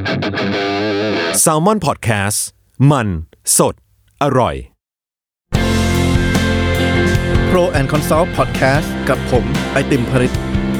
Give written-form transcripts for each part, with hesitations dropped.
Salmon Podcast มันสดอร่อย Pro and Consult Podcast กับผมไอติมภริษฐ์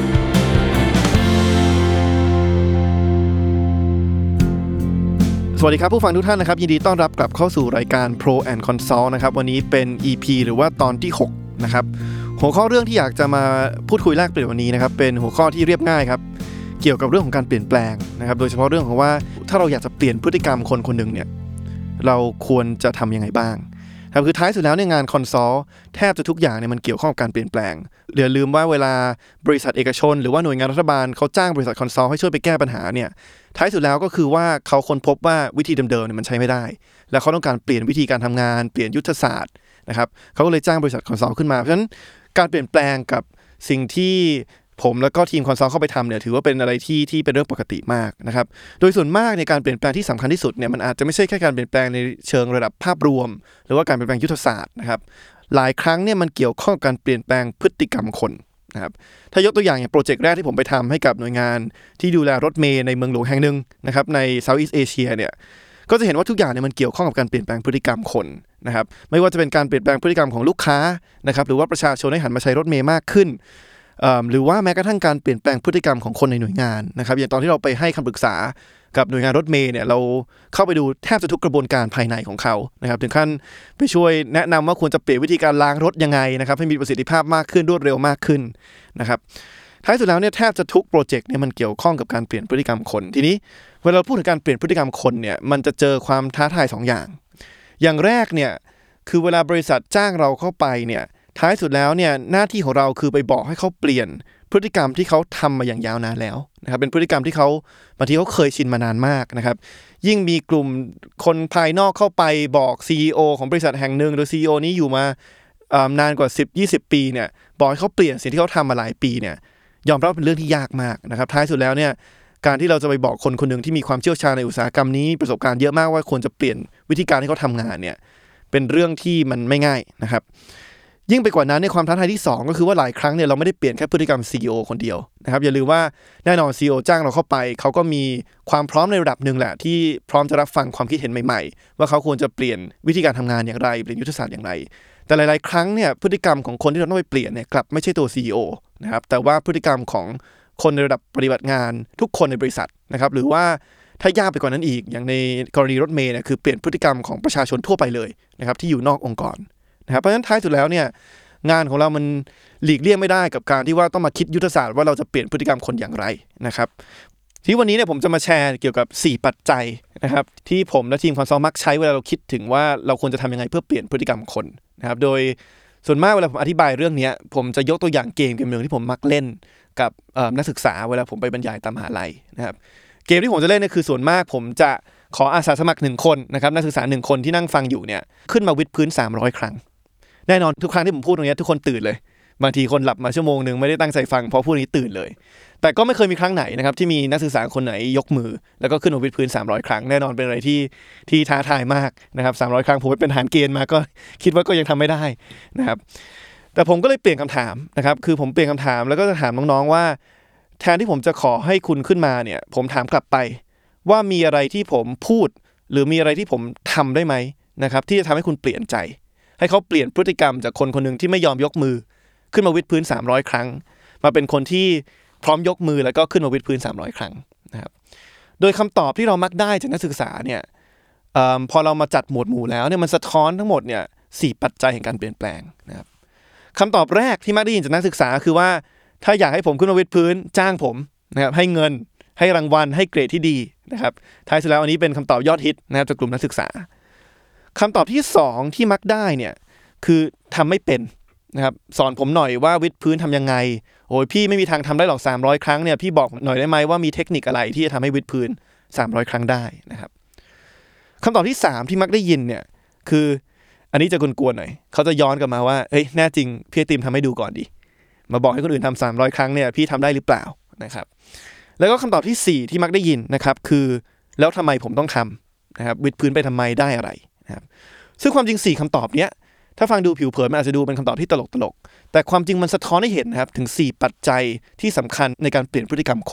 สวัสดีครับผู้ฟังทุกท่านนะครับยินดีต้อนรับกลับเข้าสู่รายการ Pro and Consult นะครับวันนี้เป็น EP หรือว่าตอนที่6นะครับหัวข้อเรื่องที่อยากจะมาพูดคุยแลกเปลี่ยนวันนี้นะครับเป็นหัวข้อที่เรียบง่ายครับเกี่ยวกับเรื่องของการเปลี่ยนแปลงนะครับโดยเฉพาะเรื่องของว่าถ้าเราอยากจะเปลี่ยนพฤติกรรมคนคนหนึ่งเนี่ยเราควรจะทำยังไงบ้างครับคือท้ายสุดแล้วเนี่ยงานคอนซัลท์แทบจะทุกอย่างเนี่ยมันเกี่ยวข้องกับการเปลี่ยนแปลงอย่าลืมว่าเวลาบริษัทเอกชนหรือว่าหน่วยงานรัฐบาลเขาจ้างบริษัทคอนซัลท์ให้ช่วยไปแก้ปัญหาเนี่ยท้ายสุดแล้วก็คือว่าเขาค้นพบว่าวิธีเดิมๆเนี่ยมันใช้ไม่ได้แล้วเขาต้องการเปลี่ยนวิธีการทำงานเปลี่ยนยุทธศาสตร์นะครับเขาก็เลยจ้างบริษัทคอนซัลท์ขึ้นมาเพราะฉะนั้นการเปลี่ยนแปลงกับสิ่งที่ผมแล้วก็ทีมคอนซัลท์เข้าไปทำเนี่ยถือว่าเป็นอะไรที่เป็นเรื่องปกติมากนะครับโดยส่วนมากในการเปลี่ยนแปลงที่สำคัญที่สุดเนี่ยมันอาจจะไม่ใช่แค่การเปลี่ยนแปลงในเชิงระดับภาพรวมหรือว่าการเปลี่ยนแปลงยุทธศาสตร์นะครับหลายครั้งเนี่ยมันเกี่ยวข้องกับการเปลี่ยนแปลงพฤติกรรมคนนะครับถ้ายกตัวอย่างโปรเจกต์แรกที่ผมไปทำให้กับหน่วยงานที่ดูแลรถเมล์ในเมืองหลวงแห่งหนึ่งนะครับใน Southeast Asia เนี่ยก็จะเห็นว่าทุกอย่างเนี่ยมันเกี่ยวข้องกับการเปลี่ยนแปลงพฤติกรรมคนนะครับไม่ว่าจะเป็นการเปลี่ยนแปลงพฤติกรรมของลูกค้านะครับหรือว่าประชาชนให้หันมาใช้รถเมล์มากขึ้นหรือว่าแม้กระทั่งการเปลี่ยนแปลงพฤติกรรมของคนในหน่วยงานนะครับอย่างตอนที่เราไปให้คำปรึกษากับหน่วยงานรถเมล์เนี่ยเราเข้าไปดูแทบจะทุกกระบวนการภายในของเขานะครับถึงขั้นไปช่วยแนะนำว่าควรจะเปลี่ยนวิธีการล้างรถยังไงนะครับให้มีประสิทธิภาพมากขึ้นรวดเร็วมากขึ้นนะครับท้ายสุดแล้วเนี่ยแทบจะทุกโปรเจกต์เนี่ยมันเกี่ยวข้องกับการเปลี่ยนพฤติกรรมคนทีนี้เวลาเราพูดถึงการเปลี่ยนพฤติกรรมคนเนี่ยมันจะเจอความท้าทาย2อย่างแรกเนี่ยคือเวลาบริษัทจ้างเราเข้าไปเนี่ยท้ายสุดแล้วเนี่ยหน้าที่ของเราคือไปบอกให้เขาเปลี่ยนพฤติกรรมที่เขาทำมาอย่างยาวนานแล้วนะครับเป็นพฤติกรรมที่เขาบางทีเขาเคยชินมานานมากนะครับยิ่งมีกลุ่มคนภายนอกเข้าไปบอก CEO ของบริษัทแห่งหนึ่งโดย CEO นี้อยู่มานานกว่า 10-20 ปีเนี่ยบอกให้เขาเปลี่ยนสิ่งที่เขาทำมาหลายปีเนี่ยยอมรับเป็นเรื่องที่ยากมากนะครับท้ายสุดแล้วเนี่ยการที่เราจะไปบอกคนคนหนึ่งที่มีความเชี่ยวชาญในอุตสาหกรรมนี้ประสบการณ์เยอะมากว่าควรจะเปลี่ยนวิธีการที่เขาทำงานเนี่ยเป็นเรื่องที่มันไม่ง่ายนะครับยิ่งไปกว่านั้นในความท้าทายที่2ก็คือว่าหลายครั้งเนี่ยเราไม่ได้เปลี่ยนแค่พฤติกรรม CEO คนเดียวนะครับอย่าลืมว่าแน่นอน CEO จ้างเราเข้าไปเขาก็มีความพร้อมในระดับหนึ่งแหละที่พร้อมจะรับฟังความคิดเห็นใหม่ๆว่าเขาควรจะเปลี่ยนวิธีการทำงานอย่างไรเปลี่ยนยุทธศาสตร์อย่างไรแต่หลายๆครั้งเนี่ยพฤติกรรมของคนที่เราต้องไปเปลี่ยนเนี่ยกลับไม่ใช่ตัว CEO นะครับแต่ว่าพฤติกรรมของคนในระดับปฏิบัติงานทุกคนในบริษัทนะครับหรือว่าถ้ายากไปกว่านั้นอีกอย่างในกรณีรถเมล์เนี่ยคือเปลี่ยนพฤติกรรมของประชาชนทั่วไปเลยนะครับที่อยู่นอกองค์กรนะครับเพราะฉะนั้นท้ายสุดแล้วเนี่ยงานของเรามันหลีกเลี่ยงไม่ได้กับการที่ว่าต้องมาคิดยุทธศาสตร์ว่าเราจะเปลี่ยนพฤติกรรมคนอย่างไรนะครับที่วันนี้เนี่ยผมจะมาแชร์เกี่ยวกับ4ปัจจัยนะครับที่ผมและทีมคอนซัลท์มักใช้เวลาเราคิดถึงว่าเราควรจะทำยังไงเพื่อเปลี่ยนพฤติกรรมคนนะครับโดยส่วนมากเวลาผมอธิบายเรื่องนี้ผมจะยกตัวอย่างเกมนึงที่ผมมักเล่นกับนักศึกษาเวลาผมไปบรรยายตามมหาลัยนะครับเกมที่ผมจะเล่นเนี่ยคือส่วนมากผมจะขออาสาสมัคร1คนนะครับนักศึกษา1คนที่นั่งฟังอยู่เนี่ยขึ้นมาวิดพื้น300ครั้งแน่นอนทุกครั้งที่ผมพูดตรงนี้ทุกคนตื่นเลยบางทีคนหลับมาชั่วโมงนึงไม่ได้ตั้งใจฟังพอพูดนี้ตื่นเลยแต่ก็ไม่เคยมีครั้งไหนนะครับที่มีนักศึกษาคนไหนยกมือแล้วก็ขึ้นมาวิดพื้น300ครั้งแน่นอนเป็นอะไรที่ท้าทายมากนะครับ300ครั้งผมไปเป็นทหารเกณฑ์มาก็คิดว่าก็ยังทำไม่ได้นะครับแต่ผมก็เลยเปลี่ยนคำถามนะครับคือผมเปลี่ยนคำถามแล้วก็จะถามน้องๆว่าแทนที่ผมจะขอให้คุณขึ้นมาเนี่ยผมถามกลับไปว่ามีอะไรที่ผมพูดหรือมีอะไรที่ผมทำได้ไหมนะครับที่จะทำให้คุณเปลี่ยนใจให้เขาเปลี่ยนพฤติกรรมจากคนคนนึงที่ไม่ยอมยกมือขึ้นมาวิดพื้น300ครั้งมาเป็นคนที่พร้อมยกมือแล้วก็ขึ้นมาวิดพื้น300ครั้งนะครับโดยคำตอบที่เรามักได้จากนักศึกษาเนี่ยพอเรามาจัดหมวดหมู่แล้วเนี่ยมันสะท้อนทั้งหมดเนี่ย4ปัจจัยแห่งการเปลี่ยนแปลงนะครับคำตอบแรกที่มักได้ยินจากนักศึกษาคือว่าถ้าอยากให้ผมขึ้นมาวิดพื้นจ้างผมนะครับให้เงินให้รางวัลให้เกรดที่ดีนะครับท้ายสุดแล้วอันนี้เป็นคำตอบยอดฮิตนะครับจากกลุ่มนักศึกษาคำตอบที่2ที่มักได้เนี่ยคือทำไม่เป็นนะครับสอนผมหน่อยว่าวิดพื้นทำยังไงโอ้ยพี่ไม่มีทางทำได้หรอก300ครั้งเนี่ยพี่บอกหน่อยได้ไหมว่ามีเทคนิคอะไรที่จะทำให้วิดพื้น300ครั้งได้นะครับคำตอบที่3ที่มักได้ยินเนี่ยคืออันนี้จะกวนๆหน่อยเขาจะย้อนกลับมาว่าเฮ้ยแน่จริงพี่ติมทำให้ดูก่อนดิมาบอกให้คนอื่นทำ300ครั้งเนี่ยพี่ทำได้หรือเปล่านะครับแล้วก็คำตอบที่4ที่มักได้ยินนะครับคือแล้วทำไมผมต้องทำนะครับวิดพื้นไปทำไมได้อะไรนะครับซึ่งความจริง4คำตอบเนี้ยถ้าฟังดูผิวเผินมันอาจจะดูเป็นคำตอบที่ตลกแต่ความจริงมันสะท้อนให้เห็นนะครับถึง4ปัจจัยที่สำคัญในการเปลี่ยนพฤติกรรมคน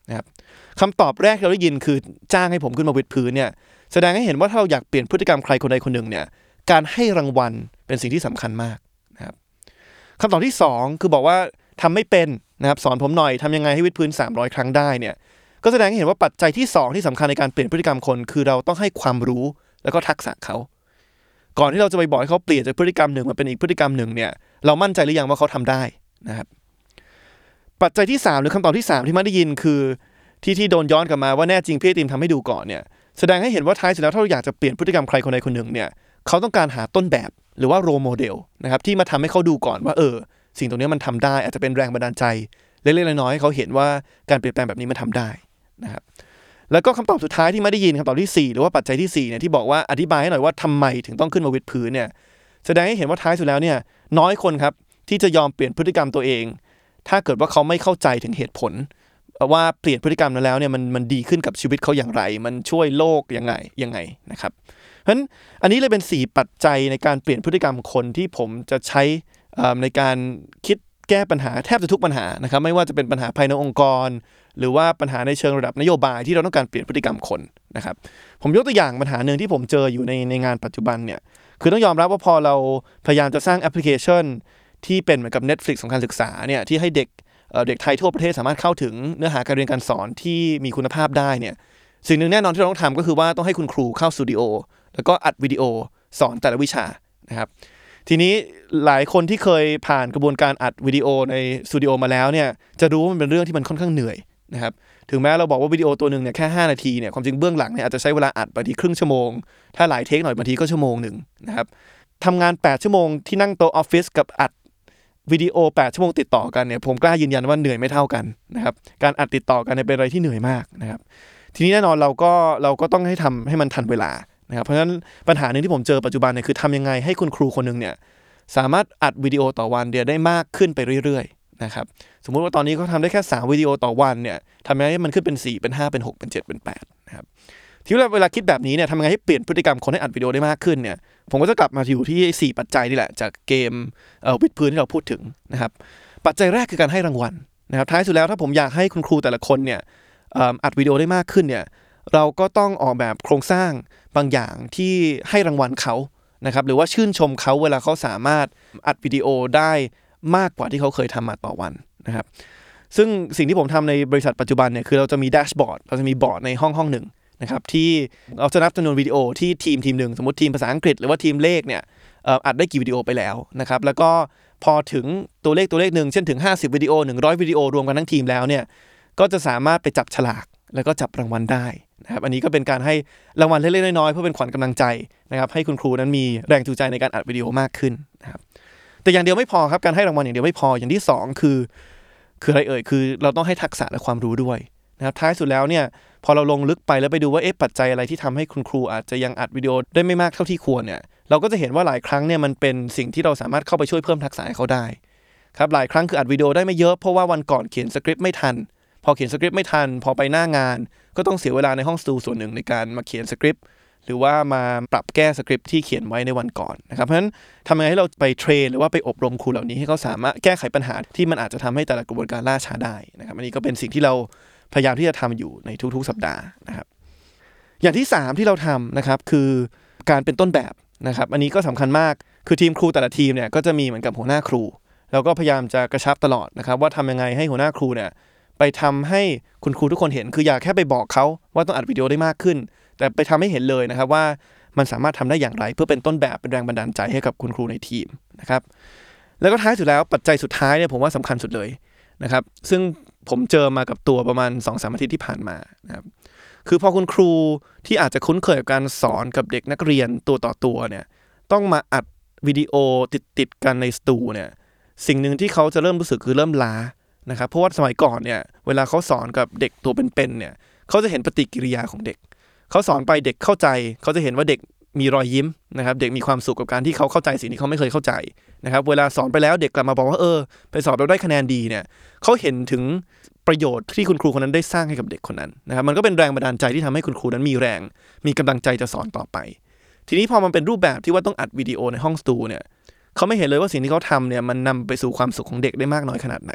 นะครับคำตอบแรกที่เราได้ยินคือจ้างให้ผมขึ้นมาวิดพื้นเนี่ยแสดงให้เห็นว่าถ้าเราอยากเปลี่ยนพฤติกรรมใครคนใดคนหนึ่งเนี่ยการให้รางวัลเป็นสิ่งที่สำคัญมากนะครับคำตอบที่2คือบอกว่าทำไม่เป็นนะครับสอนผมหน่อยทำยังไงให้วิดพื้น300ครั้งได้เนี่ยก็แสดงให้เห็นว่าปัจจัยที่2ที่สำคัญในการเปลี่ยนพฤติกรรมคนคือเราต้องให้ความรู้แล้วก็ทักษะเขาก่อนที่เราจะไปบอกให้เขาเปลี่ยนจากพฤติกรรมหนึ่งมาเป็นอีกพฤติกรรมหนึ่งเนี่ยเรามั่นใจหรือยังว่าเขาทำได้นะครับปัจจัยที่3หรือคำตอบที่3ที่มาได้ยินคือที่โดนย้อนกลับมาว่าแน่จริงพี่ติมทำให้ดูก่อนเนี่ยแสดงให้เห็นว่าท้ายสุดแล้วถ้าเราอยากจะเปลี่ยนพฤติกรรมใครคนใดคนหนึ่งเนี่ยเขาต้องการหาต้นแบบหรือว่าโรโมเดลนะครับที่มาทำให้เขาดูก่อนว่าสิ่งตรงนี้มันทำได้อาจจะเป็นแรงบันดาลใจเล็กๆน้อยๆให้เขาเห็นว่าการเปลี่ยนแปลงแบบนี้มันทำได้นะครับแล้วก็คำตอบสุดท้ายที่ไม่ได้ยินคำตอบที่4หรือว่าปัจจัยที่4เนี่ยที่บอกว่าอธิบายให้หน่อยว่าทำไมถึงต้องขึ้นมาวิดพื้นเนี่ยแสดงให้เห็นว่าท้ายสุดแล้วเนี่ยน้อยคนครับที่จะยอมเปลี่ยนพฤติกรรมตัวเองถ้าเกิดว่าเขาไม่เข้าใจถึงเหตุผลว่าเปลี่ยนพฤติกรรมนั้นแล้วเนี่ยมันดีขึ้นกับชีวิตเขาอย่างไรมันช่วยโลกยังไงนะครับเพราะฉะนั้นอันนี้เลยเป็น4ปัจจัยในการเปลี่ยนพฤติกรรมคนที่ผมจะใช้ในการคิดแก้ปัญหาแทบจะทุกปัญหานะครับไม่ว่าจะเป็นปัญหาภายในองค์กรหรือว่าปัญหาในเชิงระดับนโยบายที่เราต้องการเปลี่ยนพฤติกรรมคนนะครับผมยกตัวอย่างปัญหาหนึ่งที่ผมเจออยู่ในงานปัจจุบันเนี่ยคือต้องยอมรับว่าพอเราพยายามจะสร้างแอปพลิเคชันที่เป็นเหมือนกับ Netflix ของการศึกษาเนี่ยที่ให้เด็กไทยทั่วประเทศสามารถเข้าถึงเนื้อหาการเรียนการสอนที่มีคุณภาพได้เนี่ยสิ่งหนึ่งแน่นอนที่เราต้องทำก็คือว่าต้องให้คุณครูเข้าสตูดิโอแล้วก็อัดวิดีโอสอนแต่ละวิชานะครับทีนี้หลายคนที่เคยผ่านกระบวนการอัดวิดีโอในสตูดิโอมาแล้วเนี่ยจะรู้ว่ามันเป็นเรื่องที่มันค่อนข้างเหนื่อยนะครับถึงแม้เราบอกว่าวิดีโอตัวนึงเนี่ยแค่5นาทีเนี่ยความจริงเบื้องหลังเนี่ยอาจจะใช้เวลาอัดบางทีครึ่งชั่วโมงถ้าหลายเทคหน่อยบางทีก็ชั่วโมงนึงนะครับทำงาน8ชั่วโมงที่นั่งโต๊ะออฟฟิศกับอัดวิดีโอ8ชั่วโมงติดต่อกันเนี่ยผมกล้ายืนยันว่าเหนื่อยไม่เท่ากันนะครับการอัดติดต่อกันเนี่ยเป็นอะไรที่เหนื่อยมากนะครับทีนี้แน่นอนเราก็ต้องให้มันทันเวลานะครับเพราะฉะนั้นปัญหาหนึ่งที่ผมเจอปัจจุบันเนี่ยคือทำยังไงให้คุณครูคนนึงเนี่ยสามารถอัดวิดีโอต่อวันเดียวได้มากขึ้นไปเรื่อยๆนะครับสมมุติว่าตอนนี้เขาทำได้แค่3วิดีโอต่อวันเนี่ยทำยังไงให้มันขึ้นเป็น4เป็น5เป็น6เป็น7เป็น8นะครับที่เวลาคิดแบบนี้เนี่ยทำยังไงให้เปลี่ยนพฤติกรรมคนให้อัดวิดีโอได้มากขึ้นเนี่ยผมก็จะกลับมาอยู่ที่4ปัจจัยนี่แหละจากเกมวิดพื้นที่เราพูดถึงนะครับปัจจัยแรกคือการให้รางวัลนะครับท้ายสุดแล้วถ้าผมอยากให้คุณครูแต่ละคนเนี่ยอัดวิดีโอได้มากขึ้นเนี่ยเราก็ต้องออกแบบโครงสร้างบางอย่างที่ให้รางวัลเขานะครับหรือว่าชื่นชมเขาเวลาเขาสามารถอัดวิดีโอได้มากกว่าที่เขาเคยทำมาต่อวันนะครับซึ่งสิ่งที่ผมทำในบริษัทปัจจุบันเนี่ยคือเราจะมีแดชบอร์ดเราจะมีบอร์ดในห้องหนึ่งนะครับที่เราจะนับจำนวนวิดีโอที่ทีมหนึ่งสมมติทีมภาษาอังกฤษหรือว่าทีมเลขเนี่ยอัดได้กี่วิดีโอไปแล้วนะครับแล้วก็พอถึงตัวเลขหนึ่งเช่นถึง50วิดีโอ100วิดีโอรวมกันทั้งทีมแล้วเนี่ยก็จะสามารถไปจับฉลากแล้วก็จับรางวัลได้นะครับอันนี้ก็เป็นการให้รางวัลเล็กๆน้อยๆเพื่อเป็นขวัญกำลังใจนะครับให้คุณครูนั้นมีแรงจูงใจในการอัดวิดีโอมากขึ้นนะครับแต่อย่างเดียวไม่พอครับการให้รางวัลอย่างเดียวไม่พออย่างที่2คืออะไรคือเราต้องให้ทักษะและความรู้ด้วยนะครับท้ายสุดแล้วเนี่ยพอเราลงลึกไปแล้วไปดูว่าปัจจัยอะไรที่ทำให้คุณครูอาจจะยังอัดวิดีโอได้ไม่มากเท่าที่ควรเนี่ยเราก็จะเห็นว่าหลายครั้งเนี่ยมันเป็นสิ่งที่เราสามารถเข้าไปช่วยเพิ่มทักษะให้เขาได้ครับหลายครั้งคืออัดวิดีโอได้ไม่เยอะเพราะว่าวันก่อนเขียนสคริปต์ไม่ทันพอเขียนสคริปต์ไม่ทันพอไปหน้างานก็ต้องเสียเวลาในห้องสตูส่วนหนึ่งในการมาเขียนสคริปต์หรือว่ามาปรับแก้สคริปต์ที่เขียนไว้ในวันก่อนนะครับเพราะฉะนั้นทำยังไงให้เราไปเทรนหรือว่าไปอบรมครูเหล่านี้ให้เขาสามารถแก้ไขปัญหาที่มันอาจจะทำให้แต่ละกระบวนการล่าช้าได้นะครับอันนี้ก็เป็นสิ่งที่เราพยายามที่จะทำอยู่ในทุกๆสัปดาห์นะครับอย่างที่3ที่เราทำนะครับคือการเป็นต้นแบบนะครับอันนี้ก็สำคัญมากคือทีมครูแต่ละทีมเนี่ยก็จะมีเหมือนกับหัวหน้าครูเราก็พยายามจะกระชับตลอดนะครับว่าทำยังไงให้หัวหน้าครูเนี่ยไปทำให้คุณครูทุกคนเห็นคืออย่าแค่ไปบอกเขาว่าต้องอัดวิดีโอได้มากขึ้นแต่ไปทำให้เห็นเลยนะครับว่ามันสามารถทำได้อย่างไรเพื่อเป็นต้นแบบเป็นแรงบันดาลใจให้กับคุณครูในทีมนะครับแล้วก็ท้ายสุดแล้วปัจจัยสุดท้ายเนี่ยผมว่าสำคัญสุดเลยนะครับซึ่งผมเจอมากับตัวประมาณ 2-3 อาทิตย์ที่ผ่านมานะครับคือพอคุณครูที่อาจจะคุ้นเคยกับการสอนกับเด็กนักเรียนตัวต่อตัวเนี่ยต้องมาอัดวิดีโอติดกันในสตูเนี่ยสิ่งหนึ่งที่เขาจะเริ่มรู้สึกคือเริ่มล้านะครับเพราะว่าสมัยก่อนเนี่ยเวลาเขาสอนกับเด็กตัวเป็นๆเนี่ยเขาจะเห็นปฏิกิริยาของเด็กเขาสอนไปเด็กเข้าใจเขาจะเห็นว่าเด็กมีรอยยิ้มนะครับเด็กมีความสุขกับการที่เขาเข้าใจสิ่งที่เขาไม่เคยเข้าใจนะครับเวลาสอนไปแล้วเด็กกลับมาบอกว่าไปสอบเราได้คะแนนดีเนี่ยเขาเห็นถึงประโยชน์ที่คุณครูคนนั้นได้สร้างให้กับเด็กคนนั้นนะครับมันก็เป็นแรงบันดาลใจที่ทำให้คุณครูนั้นมีแรงมีกำลังใจจะสอนต่อไปทีนี้พอมันเป็นรูปแบบที่ว่าต้องอัดวิดีโอในห้องสตูเนี่ยเขาไม่เห็นเลยว่าสิ่งที่เขาทำเนี่ยมันนำไปสู่ความสุขของเด็กได้มากน้อยขนาดไหน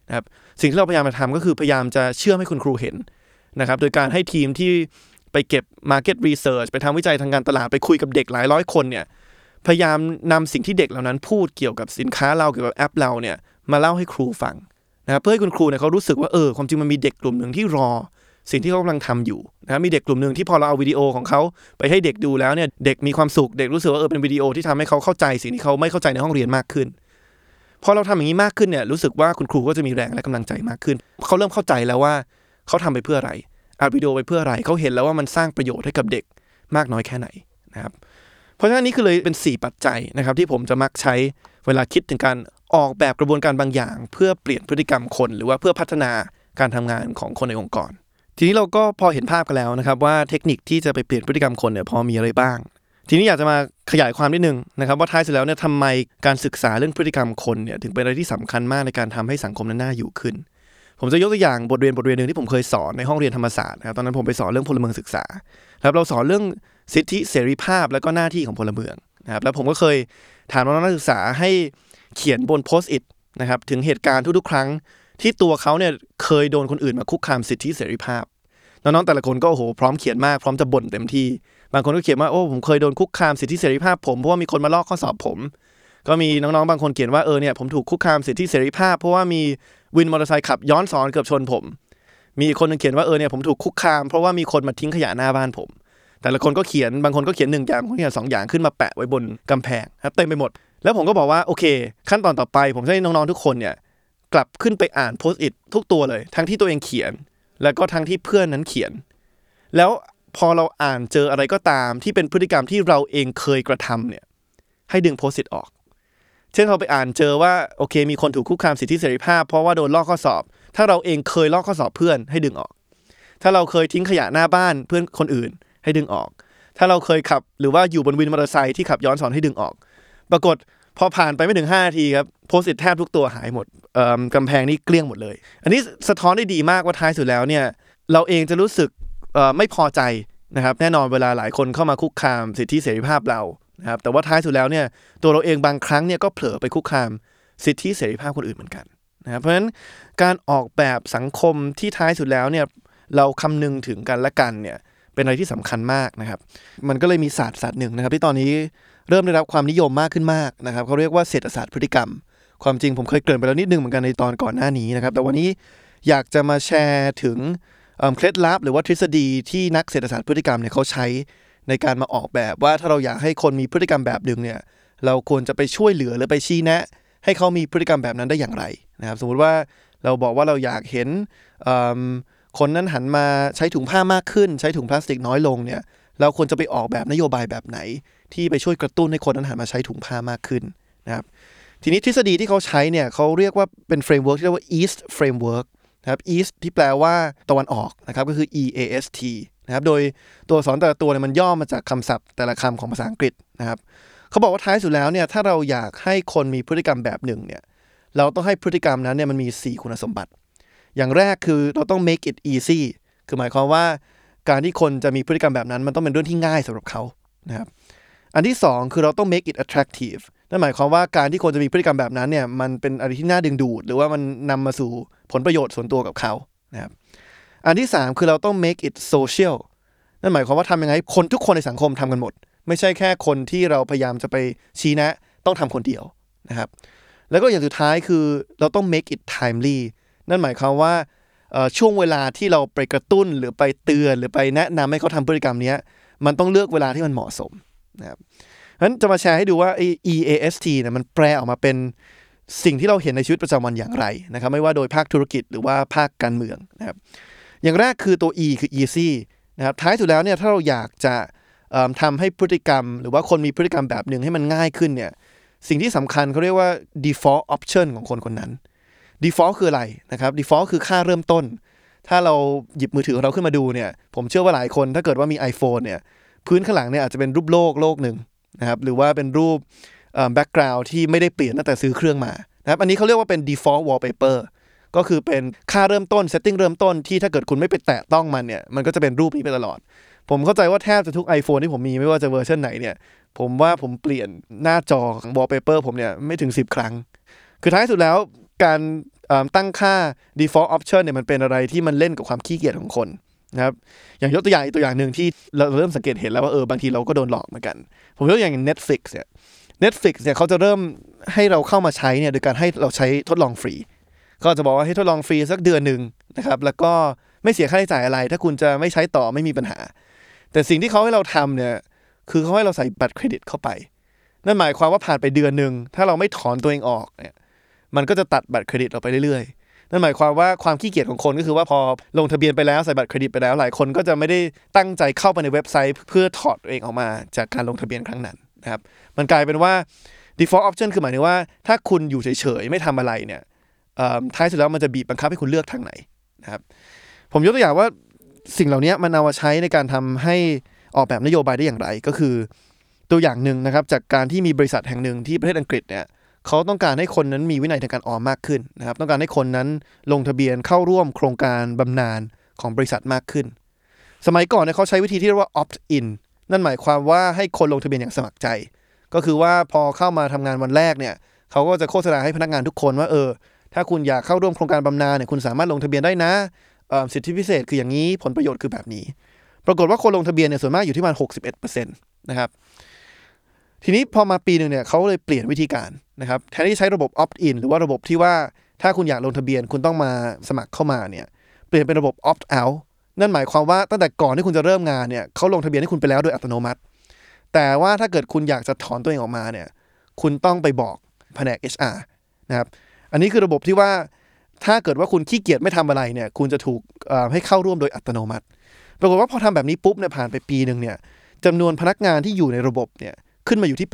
นะครับสิ่งที่เราพยายามจะทำก็คือพยายามจะเชื่อมให้คุณครูเห็นนะครับโดยการให้ทีมที่ไปเก็บ market research ไปทำวิจัยทางการตลาดไปคุยกับเด็กหลายร้อยคนเนี่ยพยายามนำสิ่งที่เด็กเหล่านั้นพูดเกี่ยวกับสินค้าเราเกี่ยวกับแอปเราเนี่ยมาเล่าให้ครูฟังนะครับเพื่อให้คุณครูเนี่ยเขารู้สึกว่าความจริงมันมีเด็กกลุ่มหนึ่งที่รอสิ่งที่เขากำลังทำอยู่นะมีเด็กกลุ่มหนึ่งที่พอเราเอาวิดีโอของเขาไปให้เด็กดูแล้วเนี่ยเด็กมีความสุขเด็กรู้สึกว่าเป็นวิดีโอที่ทำให้เขาเข้าใจสิ่งที่เขาไม่เข้าใจในห้องเรียนมากขึ้นพอเราทำอย่างนี้มากขึ้นเนี่ยรู้สึกว่าคุณครูก็จะมีแรงและกำลังใจมากขึ้นเขาเริ่มเข้าใจแล้วว่าเขาทำไปเพื่ออะไรอัดวิดีโอไปเพื่ออะไรเขาเห็นแล้วว่ามันสร้างประโยชน์ให้กับเด็กมากน้อยแค่ไหนนะครับเพราะฉะนั้นนี่คือเลยเป็น4ปัจจัยนะครับที่ผมจะมักใช้เวลาคิดถึงการออกแบบกระบวนการบางอย่างเพื่อเปลี่ยนพฤติกรรมคนหรือว่าเพื่อพัฒนาการทำงานของคนในองค์กรทีนี้เราก็พอเห็นภาพกันแล้วนะครับว่าเทคนิคที่จะไปเปลี่ยนพฤติกรรมคนเนี่ยพอมีอะไรบ้างทีนี้อยากจะมาขยายความนิดนึงนะครับว่าท้ายสุดแล้วเนี่ยทำไมการศึกษาเรื่องพฤติกรรมคนเนี่ยถึงเป็นอะไรที่สำคัญมากในการทำให้สังคมนั้นน่าอยู่ขึ้นผมจะยกตัวอย่างบทเรียนนึงที่ผมเคยสอนในห้องเรียนธรรมศาสตร์นะครับตอนนั้นผมไปสอนเรื่องพลเมืองศึกษาครับเราสอนเรื่องสิทธิเสรีภาพและก็หน้าที่ของพลเมืองนะครับแล้วผมก็เคยถามน้องนักศึกษาให้เขียนบนโพสต์อิทนะครับถึงเหตุการณ์ทุกๆครั้งที่ตัวเขาเนี่ยเคยโดนคนอื่นมาคุกคามสิทธิเสรีภาพน้องๆแต่ละคนก็พร้อมเขียนมากพร้อมจะบ่นเต็มที่บางคนก็เขียนว่าผมเคยโดนคุกคามสิทธิเสรีภาพผมเพราะว่ามีคนมาลอกข้อสอบผมก็มีน้องๆบางคนเขียนว่าเนี่ยผมถูกคุกคามสิทธิเสรีภาพเพราะว่ามีวินมอเตอร์ไซค์ขับย้อนสอนเกือบชนผมมีคนนึงเขียนว่าเนี่ยผมถูกคุกคามเพราะว่ามีคนมาทิ้งขยะหน้าบ้านผมแต่ละคนก็เขียนบางคนก็เขียน1อย่างบางคนเขียน2อย่างขึ้นมาแปะไว้บนกำแพงครับเต็มไปหมดแล้วผมก็บอกว่าโอเคขั้นตอนต่อไปผมจะให้น้องๆทุกคนเนี่ยกลับขึ้นไปอ่านโพสต์อิททุกตัวเลยทั้งที่ตัวเองเขียนแล้วก็ทั้งที่เพื่อนนั้นเขียนแล้วพอเราอ่านเจออะไรก็ตามที่เป็นพฤติกรรมที่เราเองเคยกระทำเนี่ยให้ดึงโพสต์อิทออกเช่นเราไปอ่านเจอว่าโอเคมีคนถูกคุกคามสิทธิเสรีภาพเพราะว่าโดนลอกข้อสอบถ้าเราเองเคยลอกข้อสอบเพื่อนให้ดึงออกถ้าเราเคยทิ้งขยะหน้าบ้านเพื่อนคนอื่นให้ดึงออกถ้าเราเคยขับหรือว่าอยู่บนวินมอเตอร์ไซค์ที่ขับย้อนสอนให้ดึงออกปรากฏพอผ่านไปไม่ถึง5นาทีครับโพสต์อิทแทบทุกตัวหายหมดกำแพงนี่เกลี้ยงหมดเลยอันนี้สะท้อนได้ดีมากว่าท้ายสุดแล้วเนี่ยเราเองจะรู้สึกไม่พอใจนะครับแน่นอนเวลาหลายคนเข้ามาคุกคามสิทธิเสรีภาพเรานะครับแต่ว่าท้ายสุดแล้วเนี่ยตัวเราเองบางครั้งเนี่ยก็เผลอไปคุกคามสิทธิเสรีภาพคนอื่นเหมือนกันนะครับเพราะฉะนั้นการออกแบบสังคมที่ท้ายสุดแล้วเนี่ยเราคำนึงถึงกันและกันเนี่ยเป็นอะไรที่สำคัญมากนะครับมันก็เลยมีศาสตร์หนึ่งนะครับที่ตอนนี้เริ่มได้รับความนิยมมากขึ้นมากนะครับเขาเรียกว่าเศรษฐศาสตร์พฤติกรรมความจริงผมเคยเกริ่นไปแล้วนิดนึงเหมือนกันในตอนก่อนหน้านี้นะครับแต่วันนี้อยากจะมาแชร์ถึงเคล็ดลับหรือว่าทฤษฎีที่นักเศรษฐศาสตร์พฤติกรรมเนี่ยเขาใช้ในการมาออกแบบว่าถ้าเราอยากให้คนมีพฤติกรรมแบบนึงเนี่ยเราควรจะไปช่วยเหลือหรือไปชี้แนะให้เขามีพฤติกรรมแบบนั้นได้อย่างไรนะครับสมมุติว่าเราบอกว่าเราอยากเห็นคนนั้นหันมาใช้ถุงผ้ามากขึ้นใช้ถุงพลาสติกน้อยลงเนี่ยเราควรจะไปออกแบบนโยบายแบบไหนที่ไปช่วยกระตุ้นให้คนนั้นหันมาใช้ถุงผ้ามากขึ้นนะครับทีนี้ทฤษฎีที่เขาใช้เนี่ยเขาเรียกว่าเป็นเฟรมเวิร์กที่เรียกว่า East Framework นะครับ East ที่แปลว่าตะวันออกนะครับก็คือ EAST นะครับโดยตัวอักษรแต่ละตัวเนี่ยมันย่อมาจากคำศัพท์แต่ละคำของภาษาอังกฤษนะครับเขาบอกว่าท้ายสุดแล้วเนี่ยถ้าเราอยากให้คนมีพฤติกรรมแบบหนึ่งเนี่ยเราต้องให้พฤติกรรมนั้นเนี่ยมันมี4คุณสมบัติอย่างแรกคือเราต้อง make it easy คือหมายความว่าการที่คนจะมีพฤติกรรมแบบนั้นมันต้องเป็นเรื่องที่ง่ายสำหรับเขานะครับอันที่2คือเราต้อง make it attractive นั่นหมายความว่าการที่คนจะมีพฤติกรรมแบบนั้นเนี่ยมันเป็นอะไรที่น่าดึงดูดหรือว่ามันนำมาสู่ผลประโยชน์ส่วนตัวกับเขานะครับอันที่3คือเราต้อง make it social นั่นหมายความว่าทำยังไงคนทุกคนในสังคมทำกันหมดไม่ใช่แค่คนที่เราพยายามจะไปชี้แนะต้องทำคนเดียวนะครับแล้วก็อย่างสุดท้ายคือเราต้อง make it timely นั่นหมายความว่าช่วงเวลาที่เราไปกระตุ้นหรือไปเตือนหรือไปแนะนำให้เขาทำพฤติกรรมนี้มันต้องเลือกเวลาที่มันเหมาะสมนะครับเพราะฉะนั้นจะมาแชร์ให้ดูว่า EAST เนี่ยมันแปลออกมาเป็นสิ่งที่เราเห็นในชีวิตประจำวันอย่างไรนะครับไม่ว่าโดยภาคธุรกิจหรือว่าภาคการเมืองนะครับอย่างแรกคือตัว E คือ easy นะครับท้ายสุดแล้วเนี่ยถ้าเราอยากจะทำให้พฤติกรรมหรือว่าคนมีพฤติกรรมแบบหนึ่งให้มันง่ายขึ้นเนี่ยสิ่งที่สำคัญเขาเรียกว่า default option ของคนคนนั้น default คืออะไรนะครับ default คือค่าเริ่มต้นถ้าเราหยิบมือถือของเราขึ้นมาดูเนี่ยผมเชื่อว่าหลายคนถ้าเกิดว่ามี iPhone เนี่ยพื้นข้างหลังเนี่ยอาจจะเป็นรูปโลกหนึ่งนะครับหรือว่าเป็นรูปbackground ที่ไม่ได้เปลี่ยนตั้งแต่ซื้อเครื่องมานะครับอันนี้เขาเรียกว่าเป็น default wallpaper ก็คือเป็นค่าเริ่มต้น setting เริ่มต้นที่ถ้าเกิดคุณไม่ไปแตะต้องมันเนี่ยมันก็จะเป็นรูปนี้ไปตลอดผมเข้าใจว่าแทบจะทุก iPhone ที่ผมมีไม่ว่าจะเวอร์ชันไหนเนี่ยผมว่าผมเปลี่ยนหน้าจอของ wallpaper ผมเนี่ยไม่ถึง10 ครั้งคือท้ายสุดแล้วการตั้งค่า default option เนี่ยมันเป็นอะไรที่มันเล่นกับความขี้เกียจของคนนะครับอย่างยกตัวอย่างอีกตัวอย่างหนึ่งที่เราเริ่มสังเกตเห็นแล้วว่าบางทีเราก็โดนหลอกเหมือนกันผมยกตัวอย่าง Netflix เนี่ยเขาจะเริ่มให้เราเข้ามาใช้เนี่ยโดยการให้เราใช้ทดลองฟรีก็จะบอกว่าให้ทดลองฟรีสักเดือนนึงนะครับแล้วก็ไม่เสียค่าใช้จ่ายอะไรถ้าคุณจะไม่ใช้ต่อไม่มีปัญหาแต่สิ่งที่เขาให้เราทำเนี่ยคือเขาให้เราใส่บัตรเครดิตเข้าไปนั่นหมายความว่าผ่านไปเดือนนึงถ้าเราไม่ถอนตัวเองออกเนี่ยมันก็จะตัดบัตรเครดิตเราไปเรื่อยๆนั่นหมายความว่าความขี้เกียจของคนก็คือว่าพอลงทะเบียนไปแล้วใส่บัตรเครดิตไปแล้วหลายคนก็จะไม่ได้ตั้งใจเข้าไปในเว็บไซต์เพื่อถอดตัวเองออกมาจากการลงทะเบียนครั้งนั้นนะครับมันกลายเป็นว่า default option คือหมายถึงว่าถ้าคุณอยู่เฉยๆไม่ทำอะไรเนี่ยท้ายสุดแล้วมันจะบีบบังคับให้คุณเลือกทางไหนนะครับผมยกตัวอย่างว่าสิ่งเหล่านี้มันเอามาใช้ในการทำให้ออกแบบนโยบายได้อย่างไรก็คือตัวอย่างหนึ่งนะครับจากการที่มีบริษัทแห่งหนึ่งที่ประเทศอังกฤษเนี่ยเขาต้องการให้คนนั้นมีวินัยทางการออมมากขึ้นนะครับต้องการให้คนนั้นลงทะเบียนเข้าร่วมโครงการบำนาญของบริษัทมากขึ้นสมัยก่อนเนี่ยเขาใช้วิธีที่เรียกว่า opt in นั่นหมายความว่าให้คนลงทะเบียนอย่างสมัครใจก็คือว่าพอเข้ามาทำงานวันแรกเนี่ยเขาก็จะโฆษณาให้พนักงานทุกคนว่าถ้าคุณอยากเข้าร่วมโครงการบำนาญเนี่ยคุณสามารถลงทะเบียนได้นะสิทธิพิเศษคืออย่างนี้ผลประโยชน์คือแบบนี้ปรากฏว่าคนลงทะเบียนเนี่ยส่วนมากอยู่ที่ประมาณ 61% นะครับทีนี้พอมาปีนึงเนี่ยเขาเลยเปลี่ยนวิธีการนะครับแทนที่ใช้ระบบ opt in หรือว่าระบบที่ว่าถ้าคุณอยากลงทะเบียนคุณต้องมาสมัครเข้ามาเนี่ยเปลี่ยนเป็นระบบ opt out นั่นหมายความว่าตั้งแต่ก่อนที่คุณจะเริ่มงานเนี่ยเขาลงทะเบียนให้คุณไปแล้วโดยอัตโนมัติแต่ว่าถ้าเกิดคุณอยากจะถอนตัวเองออกมาเนี่ยคุณต้องไปบอกแผนก HR นะครับอันนี้คือระบบที่ว่าถ้าเกิดว่าคุณขี้เกียจไม่ทำอะไรเนี่ยคุณจะถูกให้เข้าร่วมโดยอัตโนมัติปรากฏว่าพอทำแบบนี้ปุ๊บเนี่ยผ่านไปปีนึงเนี่ยจำนวนพนักงานที่อยู่ในระบบเนี่ยขึ้นมาอยู่ที่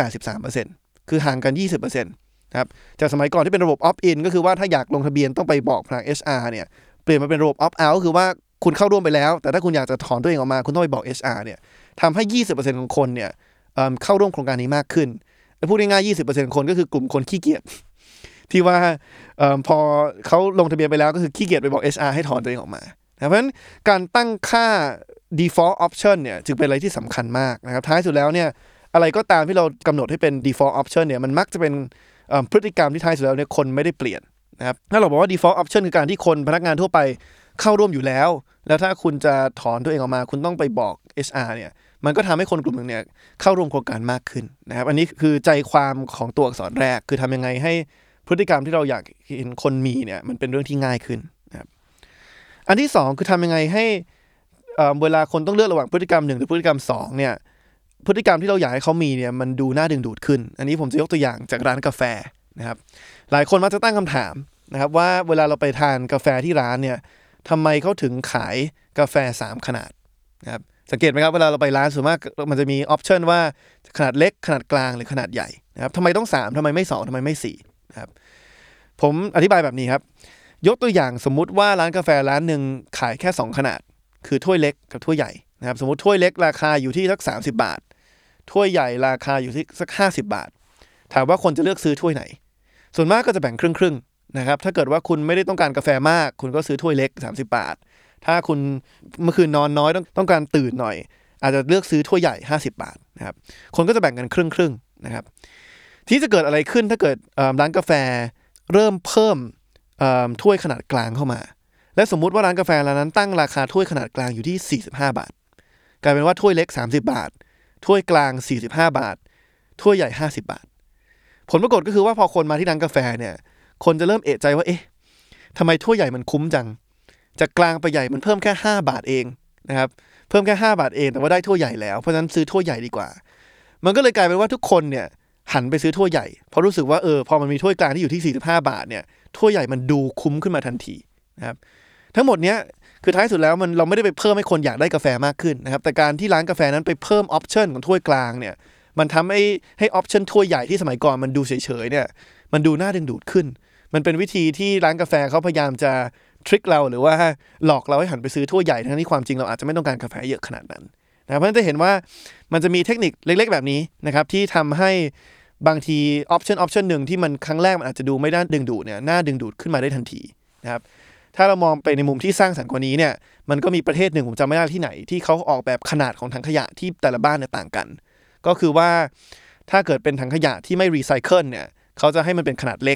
83% คือห่างกัน 20% นะครับจากสมัยก่อนที่เป็นระบบ opt in ก็คือว่าถ้าอยากลงทะเบียนต้องไปบอกพนัก HR เนี่ยเปลี่ยนมาเป็นระบบ opt out คือว่าคุณเข้าร่วมไปแล้วแต่ถ้าคุณอยากจะถอนตัวเองออกมาคุณต้องไปบอก HR เนี่ยทำให้ 20% ของคนเนี่ยเข้าร่วมโครงการนี้มากขึ้นพูดง่ายๆ 20% คนก็คือกลุ่มคนขี้เกียจที่ว่าพอเขาลงทะเบียนไปแล้วก็คือขี้เกียจไปบอก HR ให้ถอนตัวเองออกมาเพราะฉะนั้นการตั้งค่า default option เนี่ยจึงเป็นอะไรที่สำคัญมากนะครับท้ายสุดแล้วเนี่ยอะไรก็ตามที่เรากำหนดให้เป็น default option เนี่ยมันมักจะเป็นพฤติกรรมที่ท้ายสุดแล้วเนี่ยคนไม่ได้เปลี่ยนนะครับถ้าเราบอกว่า default option คือการที่คนพนักงานทั่วไปเข้าร่วมอยู่แล้วถ้าคุณจะถอนตัวเองออกมาคุณต้องไปบอก HR เนี่ยมันก็ทำให้คนกลุ่มนึงเนี่ยเข้าร่วมโครงการมากขึ้นนะครับอันนี้คือใจความของตัวอักษรแรกคือทำยังไงให้พฤติกรรมที่เราอยากเห็นคนมีเนี่ยมันเป็นเรื่องที่ง่ายขึ้นนะครับอันที่สองคือทำยังไงให้เวลาคนต้องเลือกระหว่างพฤติกรรม1หรือพฤติกรรม2เนี่ยพฤติกรรมที่เราอยากให้เขามีเนี่ยมันดูน่าดึงดูดขึ้นอันนี้ผมจะยกตัวอย่างจากร้านกาแฟนะครับหลายคนมักจะตั้งคำถามนะครับว่าเวลาเราไปทานกาแฟที่ร้านเนี่ยทำไมเขาถึงขายกาแฟ3ขนาดนะครับสังเกตไหมครับเวลาเราไปร้านส่วนมากมันจะมีออปชันว่าขนาดเล็กขนาดกลางหรือขนาดใหญ่นะครับทำไมต้อง3ทำไมไม่2ทำไมไม่4นะครับผมอธิบายแบบนี้ครับยกตัวอย่างสมมุติว่าร้านกาแฟร้านหนึ่งขายแค่2ขนาดคือถ้วยเล็กกับถ้วยใหญ่นะครับสมมุติถ้วยเล็กราคาอยู่ที่สัก30 บาทถ้วยใหญ่ราคาอยู่ที่สัก50 บาทถามว่าคนจะเลือกซื้อถ้วยไหนส่วนมากก็จะแบ่งครึ่งๆนะครับถ้าเกิดว่าคุณไม่ได้ต้องการกาแฟมากคุณก็ซื้อถ้วยเล็ก30 บาทถ้าคุณเมื่อคืนนอนน้อยต้องการตื่นหน่อยอาจจะเลือกซื้อถ้วยใหญ่50 บาทนะครับคนก็จะแบ่งกันครึ่งๆนะครับที่จะเกิดอะไรขึ้นถ้าเกิดร้านกาแฟเริ่มเพิ่มถ้วยขนาดกลางเข้ามาและสมมุติว่าร้านกาแฟร้านนั้นตั้งราคาถ้วยขนาดกลางอยู่ที่45 บาทกลายเป็นว่าถ้วยเล็ก30 บาทถ้วยกลาง45 บาทถ้วยใหญ่50 บาทผลปรากฏก็คือว่าพอคนมาที่ร้านกาแฟเนี่ยคนจะเริ่มเอะใจว่าเอ๊ะทำไมถ้วยใหญ่มันคุ้มจังจากกลางไปใหญ่มันเพิ่มแค่5 บาทเองนะครับเพิ่มแค่5 บาทเองแต่ว่าได้ถ้วยใหญ่แล้วเพราะฉะนั้นซื้อถ้วยใหญ่ดีกว่ามันก็เลยกลายเป็นว่าทุกคนเนี่ยหันไปซื้อถ้วยใหญ่เพราะรู้สึกว่าพอมันมีถ้วยกลางที่อยู่ที่45 บาทเนี่ยถ้วยใหญ่มันดูคุ้มขึ้นมาทันทีนะครับทั้งหมดเนี้ยคือท้ายสุดแล้วเราไม่ได้ไปเพิ่มให้คนอยากได้กาแฟมากขึ้นนะครับแต่การที่ร้านกาแฟนั้นไปเพิ่มออปชั่นของถ้วยกลางเนี่ยมันทำให้ออปชั่นถ้วยใหญ่ที่สมัยก่อนมันดูเฉยๆเนี่ยมันดูน่าดึงดูดขึ้นมันเป็นวิธีที่ร้านกาแฟเขาพยายามจะทริคเราหรือว่าหลอกเราให้หันไปซื้อถ้วยใหญ่ทั้งที่ความจริงเราอาจจะไม่ต้องการกาแฟเยอะขนาดนั้นนะเพราะฉะนั้นจะเห็นว่ามันจะมีเทคนิคเล็กๆแบบนี้นะครับที่ทำให้บางทีออปชั่นหนึ่งที่มันครั้งแรกมันอาจจะดูไม่น่าดึงดูดเนี่ยน่าดึงดูดขึ้นมาได้ทันทีนะครับถ้าเรามองไปในมุมที่สร้างสรรค์กว่านี้เนี่ยมันก็มีประเทศหนึ่งผมจำไม่ได้ที่ไหนที่เขาออกแบบขนาดของถังขยะที่แต่ละบ้านเนี่ยต่างกันก็คือว่าถ้าเกิดเป็นถังขยะที่ไม่รีไซเคิลเนี่ยเขาจะให้มันเป็นขนาดเล็ก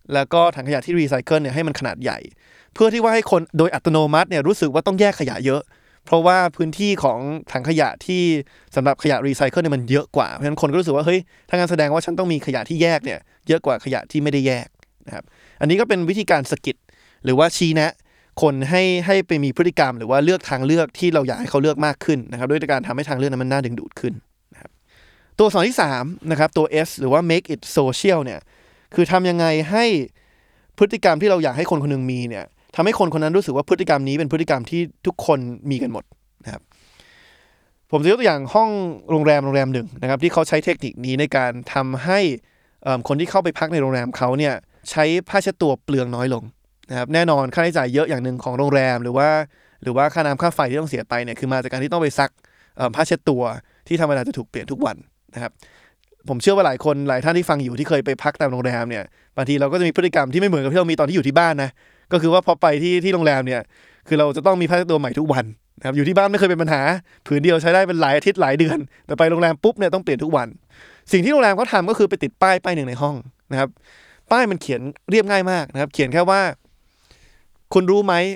แล้วก็ถังขยะที่รีไซเคิลเนี่ยให้มันขนาดใหญ่เพื่อที่ว่าให้คนโดยอัตโนมัติเนี่ยรู้สึกว่าต้องแยกขยะเยอะเพราะว่าพื้นที่ของถังขยะที่สำหรับขยะรีไซเคิลเนี่ยมันเยอะกว่าเพราะฉะนั้นคนก็รู้สึกว่าเฮ้ยถ้างั้นแสดงว่าฉันต้องมีขยะที่แยกเนี่ยเยอะกว่าขยะที่ไม่ได้แยกนะครับอันนี้ก็เป็นวิธีการสะกิดหรือว่าชี้แนะคนให้ไปมีพฤติกรรมหรือว่าเลือกทางเลือกที่เราอยากให้เขาเลือกมากขึ้นนะครับด้วยการทำให้ทางเลือกนั้นมันน่าดึงดูดขึ้นนะครับตัวสอนที่3นะครับตัว S หรือว่า make it social เนี่ยคือทำยังไงให้พฤติกรรมที่เราอยากให้คนคนนึงมีเนี่ยทำให้คนคนนั้นรู้สึกว่าพฤติกรรมนี้เป็นพฤติกรรมที่ทุกคนมีกันหมดนะครับผมจะยกตัวอย่างห้องโรงแรมหนึ่งนะครับที่เขาใช้เทคนิคนี้ในการทำให้คนที่เข้าไปพักในโรงแรมเขาเนี่ยใช้ผ้าเช็ดตัวเปลืองน้อยลงนะครับแน่นอนค่าใช้จ่ายเยอะอย่างหนึ่งของโรงแรมหรือว่าค่าน้ำค่าไฟที่ต้องเสียไปเนี่ยคือมาจากการที่ต้องไปซักผ้าเช็ดตัวที่ธรรมดาจะถูกเปลี่ยนทุกวันนะครับผมเชื่อว่าหลายท่านที่ฟังอยู่ที่เคยไปพักตามโรงแรมเนี่ยบางทีเราก็จะมีพฤติกรรมที่ไม่เหมือนกับที่เรามีตอนที่อยู่ที่บ้านนะก็คือว่าพอไปที่โรงแรมเนี่ยคือเราจะต้องมีผ้าเช็ดตัวใหม่ทุกวันนะครับอยู่ที่บ้านไม่เคยเป็นปัญหาผืนเดียวใช้ได้เป็นหลายอาทิตย์หลายเดือนแต่ไปโรงแรมปุ๊บเนี่ยต้องเปลี่ยนทุกวันสิ่งที่โรงแรมเขาทำก็คือไปติดป้ายหนึ่งในห้องนะครับป้ายมันเขียนเรียบง่ายมากนะครับเขียนแค่ว่าคุณรู้ไหม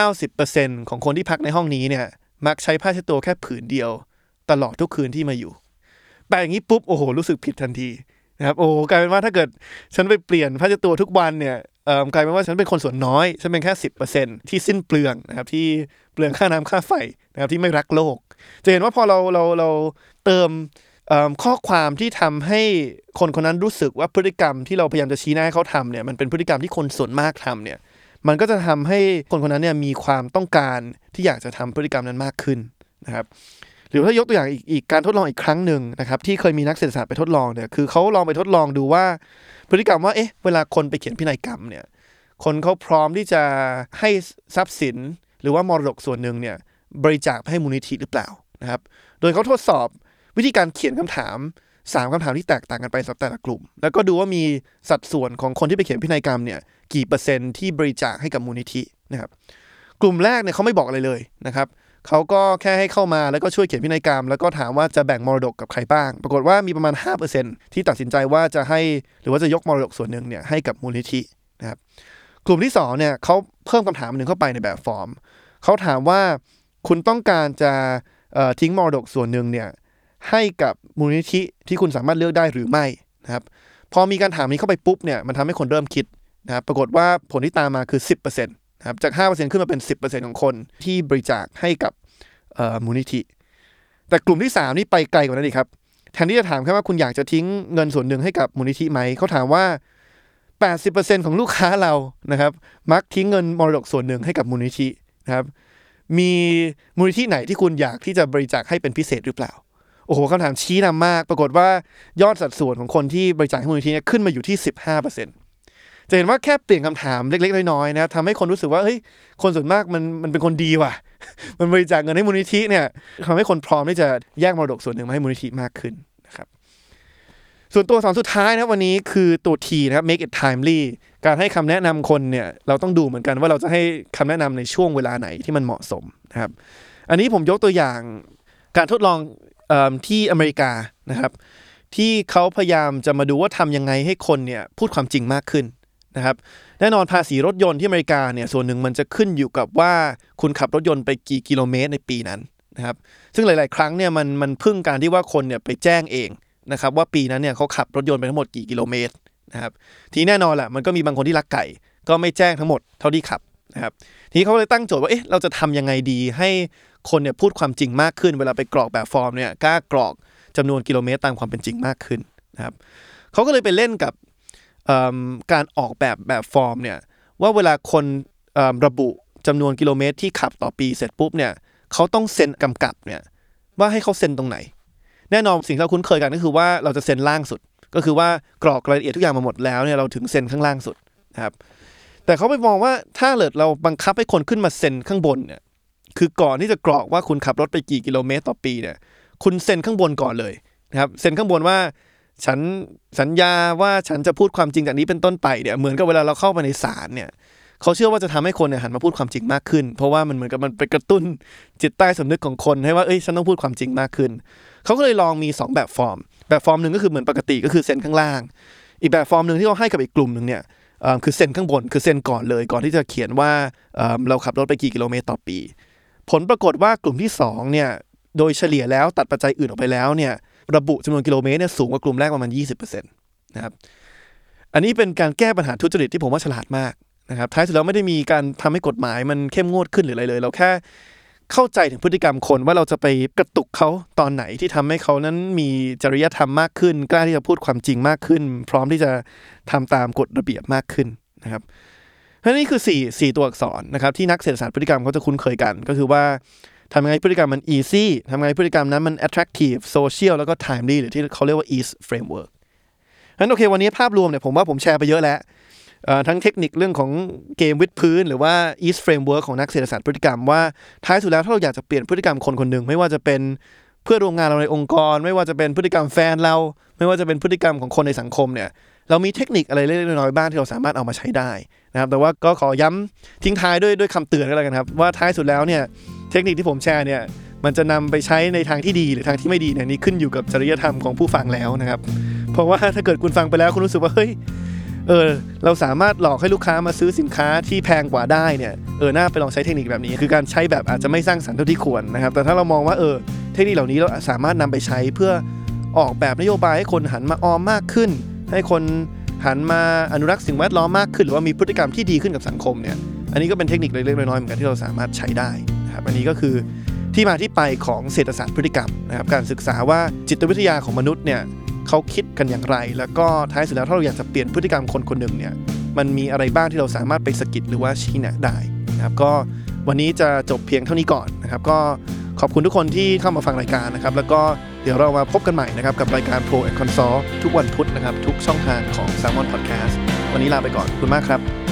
90% ของคนที่พักในห้องนี้เนี่ยมักใช้ผ้าเช็ดตัวแค่ผืนเดียวตลอดทุกคืนที่มาอยู่แปลอย่างนี้ปุ๊บโอ้โหรู้สึกผิดทันทีนะครับโอ้กลายเป็นว่าถ้าเกิดฉันไปเปลี่ยนผ้าเช็ดตัวทุกวันเนี่ยกลายเป็นว่าฉันเป็นคนส่วนน้อยฉันเป็นแค่ 10% ที่สิ้นเปลืองนะครับที่เปลืองค่าน้ำค่าไฟนะครับที่ไม่รักโลกจะเห็นว่าพอเราเติมข้อความที่ทำให้คนคนนั้นรู้สึกว่าพฤติกรรมที่เราพยายามจะชี้หน้าให้เขาทำเนี่ยมันเป็นพฤติกรรมที่คนส่วนมากทำเนี่ยมันก็จะทำให้คนคนนั้นเนี่ยมีความต้องการที่อยากจะทำพฤติกรรมนั้นมากขึ้นนะครับหรือถ้ายกตัวอย่างอีกการทดลองอีกครั้งหนึ่งนะครับที่เคยมีนักเศรษฐศาสตร์ไปทดลองเนี่ยคือเขาลองไปทดลองดูว่าพฤติกรรมว่าเวลาคนไปเขียนพินัยกรรมเนี่ยคนเขาพร้อมที่จะให้ทรัพย์สินหรือว่ามรดกส่วนหนึ่งเนี่ยบริจาคให้มูลนิธิหรือเปล่านะครับโดยเขาทดสอบวิธีการเขียนคำถาม3คำถามที่แตกต่างกันไปสำหรับแต่ละกลุ่มแล้วก็ดูว่ามีสัดส่วนของคนที่ไปเขียนพินัยกรรมเนี่ยกี่เปอร์เซ็นต์ที่บริจาคให้กับมูลนิธินะครับกลุ่มแรกเนี่ยเขาไม่บอกอะไรเลยนะครับเขาก็แค่ให้เข้ามาแล้วก็ช่วยเขียนพินัยกรรมแล้วก็ถามว่าจะแบ่งมรดกกับใครบ้างปรากฏว่ามีประมาณ 5% ที่ตัดสินใจว่าจะให้หรือว่าจะยกมรดกส่วนหนึ่งเนี่ยให้กับมูลนิธินะครับกลุ่มที่2เนี่ยเขาเพิ่มคำถามนึงเข้าไปในแบบฟอร์มเขาถามว่าคุณต้องการจะทิ้งมรดกส่วนหนึ่งเนี่ยให้กับมูลนิธิที่คุณสามารถเลือกได้หรือไม่นะครับพอมีการถามนี้เข้าไปปุ๊บเนี่ยมันทำให้คนเริ่มคิดนะครับปรากฏว่าผลที่ตามมาคือ 10% นะครับจาก 5% ขึ้นมาเป็น 10% ของคนที่บริจาคให้กับมูลนิธิแต่กลุ่มที่3นี่ไปไกลกว่านั้นอีกครับแทนที่จะถามแค่ว่าคุณอยากจะทิ้งเงินส่วนหนึ่งให้กับมูลนิธิไหมเขาถามว่า 80% ของลูกค้าเรานะครับมักทิ้งเงินมรดกส่วนหนึ่งให้กับมูลนิธินะครับมีมูลนิธิไหนที่คุณอยากที่จะบริจาคให้เป็นพิเศษหรือเปล่าโอ้โหคำถามชี้นำมากปรากฏว่ายอดสัดส่วนของคนที่บริจาคให้มูลนิธิเนี่ยขึ้นมาอยู่ที่ 15% จะเห็นว่าแค่เปลี่ยนคำถามเล็กๆน้อยๆนะครับทำให้คนรู้สึกว่าเฮ้ยคนส่วนมากมันเป็นคนดีว่ะ มันบริจาคเงินให้มูลนิธิเนี่ยทำให้คนพร้อมที่จะแยกมรดกส่วนหนึ่งมาให้มูลนิธิมากขึ้นนะครับส่วนตัวสอนสุดท้ายนะวันนี้คือตัว T นะครับ make it timely การให้คำแนะนำคนเนี่ยเราต้องดูเหมือนกันว่าเราจะให้คำแนะนำในช่วงเวลาไหนที่มันเหมาะสมนะครับอันนี้ผมยกตัวอย่างการทดลองที่อเมริกานะครับที่เขาพยายามจะมาดูว่าทำยังไงให้คนเนี่ยพูดความจริงมากขึ้นนะครับแน่นอนภาษีรถยนต์ที่อเมริกาเนี่ยส่วนหนึ่งมันจะขึ้นอยู่กับว่าคุณขับรถยนต์ไปกี่กิโลเมตรในปีนั้นนะครับซึ่งหลายๆครั้งเนี่ยมันพึ่งการที่ว่าคนเนี่ยไปแจ้งเองนะครับว่าปีนั้นเนี่ยเขาขับรถยนต์ไปทั้งหมดกี่กิโลเมตรนะครับทีแน่นอนแหละมันก็มีบางคนที่ลักไก่ก็ไม่แจ้งทั้งหมดเท่าที่ขับนะครับทีนี้เขาเลยตั้งโจทย์ว่าเราจะทำยังไงดีให้คนเนี่ยพูดความจริงมากขึ้นเวลาไปกรอกแบบฟอร์มเนี่ยกล้ากรอกจำนวนกิโลเมตรตามความเป็นจริงมากขึ้นนะครับเขาก็เลยไปเล่นกับการออกแบบฟอร์มเนี่ยว่าเวลาคนระบุจำนวนกิโลเมตรที่ขับต่อปีเสร็จปุ๊บเนี่ยเขาต้องเซ็นกำกับเนี่ยว่าให้เขาเซ็นตรงไหนแน่นอนสิ่งที่เราคุ้นเคยกันก็คือว่าเราจะเซ็นล่างสุดก็คือว่ากรอกรายละเอียดทุกอย่างมาหมดแล้วเนี่ยเราถึงเซ็นข้างล่างสุดนะครับแต่เขาไปมองว่าถ้าเราบังคับให้คนขึ้นมาเซ็นข้างบนเนี่ยคือก่อนที่จะกรอกว่าคุณขับรถไปกี่กิโลเมตรต่อปีเนี่ยคุณเซ็นข้างบนก่อนเลยนะครับเซ็นข้างบนว่าฉันสัญญาว่าฉันจะพูดความจริงจากนี้เป็นต้นไปเนี่ยเหมือนกับเวลาเราเข้าไปในศาลเนี่ยเขาเชื่อว่าจะทำให้คนเนี่ยหันมาพูดความจริงมากขึ้นเพราะว่ามันเหมือนกับมันไปกระตุ้นจิตใต้สำนึกของคนให้ว่าฉันต้องพูดความจริงมากขึ้นเขาก็เลยลองมี2แบบฟอร์มนึงก็คือเหมือนปกติก็คือเซ็นข้างล่างอีกแบบฟอร์มนึงที่เขาให้กับอีกกลุ่มนึงเนี่ยคือเส้นข้างบนคือเส้นก่อนเลยก่อนที่จะเขียนว่าเราขับรถไปกี่กิโลเมตรต่อปีผลปรากฏว่ากลุ่มที่2เนี่ยโดยเฉลี่ยแล้วตัดปัจจัยอื่นออกไปแล้วเนี่ยระบุจำนวนกิโลเมตรเนี่ยสูงกว่ากลุ่มแรกประมาณ 20% นะครับอันนี้เป็นการแก้ปัญหาทุจริตที่ผมว่าฉลาดมากนะครับท้ายสุดแล้วไม่ได้มีการทำให้กฎหมายมันเข้มงวดขึ้นหรืออะไรเลยเราแค่เข้าใจถึงพฤติกรรมคนว่าเราจะไปกระตุกเขาตอนไหนที่ทำให้เขานั้นมีจริยธรรมมากขึ้นกล้าที่จะพูดความจริงมากขึ้นพร้อมที่จะทำตามกฎระเบียบมากขึ้นนะครับเพราะนี่คือ4ตัวอักษรนะครับที่นักเศรษฐศาสตร์พฤติกรรมเขาจะคุ้นเคยกันก็คือว่าทำยังไงพฤติกรรมมัน easy ทำยังไงพฤติกรรมนั้นมัน attractive social แล้วก็ timely หรือที่เขาเรียกว่า ease framework งั้นโอเควันนี้ภาพรวมเนี่ยผมว่าผมแชร์ไปเยอะแล้วทั้งเทคนิคเรื่องของเกมวิดพื้นหรือว่า ease framework ของนักเศรษฐศาสตร์พฤติกรรมว่าท้ายสุดแล้วถ้าเราอยากจะเปลี่ยนพฤติกรรมคนคนหนึ่งไม่ว่าจะเป็นเพื่อนร่วมงานเราในองค์กรไม่ว่าจะเป็นพฤติกรรมแฟนเราไม่ว่าจะเป็นพฤติกรรมของคนในสังคมเนี่ยเรามีเทคนิคอะไรเล็กๆน้อยๆบ้างที่เราสามารถเอามาใช้ได้นะครับแต่ว่าก็ขอย้ำทิ้งท้ายด้วยคำเตือนก็แล้วกันครับว่าท้ายสุดแล้วเนี่ยเทคนิคที่ผมแชร์เนี่ยมันจะนำไปใช้ในทางที่ดีหรือทางที่ไม่ดีเนี่ยนี่ขึ้นอยู่กับจริยธรรมของผู้ฟังแล้วนะครับเพราะว่าถ้าเกิดคุณฟังไปแล้วคุณรู้สึกว่าเฮ้ยเราสามารถหลอกให้ลูกค้ามาซื้อสินค้าที่แพงกว่าได้เนี่ยน่าไปลองใช้เทคนิคแบบนี้คือการใช้แบบอาจจะไม่สร้างสรรค์เท่าที่ควรนะครับแต่ถ้าเรามองว่าเทคนิคเหล่านี้เราสามารถนำไปใช้เพื่อออกแบบนโยบายให้คนหันมาออมมากขึ้นให้คนหันมาอนุรักษ์สิ่งแวดล้อมมากขึ้นหรือว่ามีพฤติกรรมที่ดีขึ้นกับสังคมเนี่ยอันนี้ก็เป็นเทคนิคเล็กๆน้อยๆเหมือนกันที่เราสามารถใช้ได้นะครับอันนี้ก็คือที่มาที่ไปของเศรษฐศาสตร์พฤติกรรมนะครับการศึกษาว่าจิตวิทยาของมนุษย์เนี่ยเขาคิดกันอย่างไรแล้วก็ท้ายสุดแล้วถ้าเราอยากจะเปลี่ยนพฤติกรรมคนคนหนึ่งเนี่ยมันมีอะไรบ้างที่เราสามารถไปสะกิดหรือว่าชี้แนะได้นะครับก็วันนี้จะจบเพียงเท่านี้ก่อนนะครับก็ขอบคุณทุกคนที่เข้ามาฟังรายการนะครับแล้วก็เดี๋ยวเรามาพบกันใหม่นะครับกับรายการ Pro and Consult ทุกวันพุธนะครับทุกช่องทางของ Salmon Podcast วันนี้ลาไปก่อนขอบคุณมากครับ